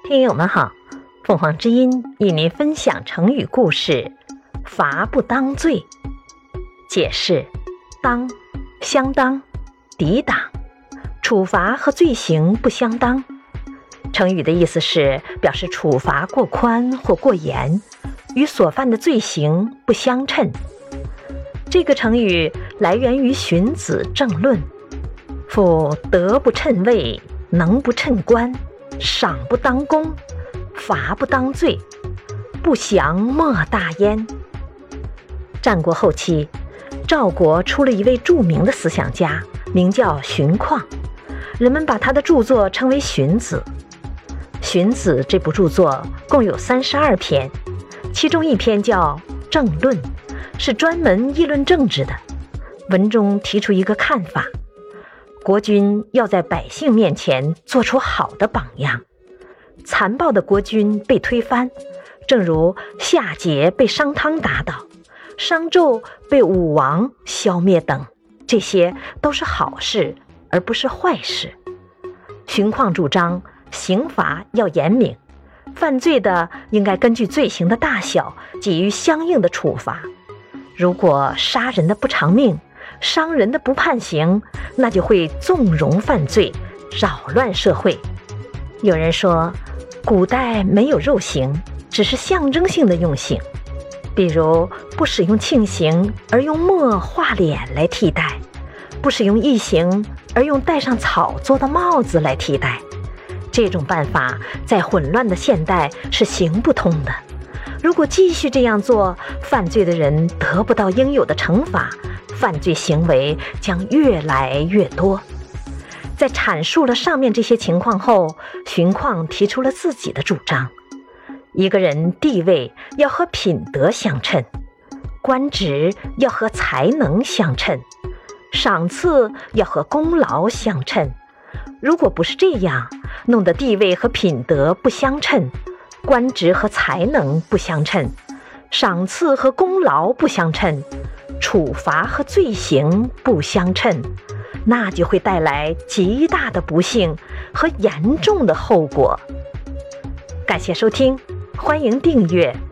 听友们好，凤凰之音与您分享成语故事罚不当罪。解释：当、相当、抵挡，处罚和罪行不相当。成语的意思是表示处罚过宽或过严，与所犯的罪行不相称。这个成语来源于荀子正论：夫德不称位，能不称官，赏不当功，罚不当罪，不祥莫大焉。战国后期，赵国出了一位著名的思想家，名叫荀况，人们把他的著作称为荀子。荀子这部著作共有32篇，其中一篇叫《政论》，是专门议论政治的。文中提出一个看法：国君要在百姓面前做出好的榜样。残暴的国君被推翻，正如夏桀被商汤打倒，商纣被武王消灭等，这些都是好事，而不是坏事。荀况主张刑罚要严明，犯罪的应该根据罪行的大小给予相应的处罚。如果杀人的不偿命，伤人的不判刑，那就会纵容犯罪，扰乱社会。有人说，古代没有肉刑，只是象征性的用刑，比如不使用磬刑而用墨画脸来替代，不使用异刑而用戴上草做的帽子来替代。这种办法在混乱的现代是行不通的。如果继续这样做，犯罪的人得不到应有的惩罚，犯罪行为将越来越多。在阐述了上面这些情况后，荀况提出了自己的主张：一个人地位要和品德相称，官职要和才能相称，赏赐要和功劳相称。如果不是这样，弄得地位和品德不相称，官职和才能不相称，赏赐和功劳不相称，处罚和罪行不相称，那就会带来极大的不幸和严重的后果。感谢收听，欢迎订阅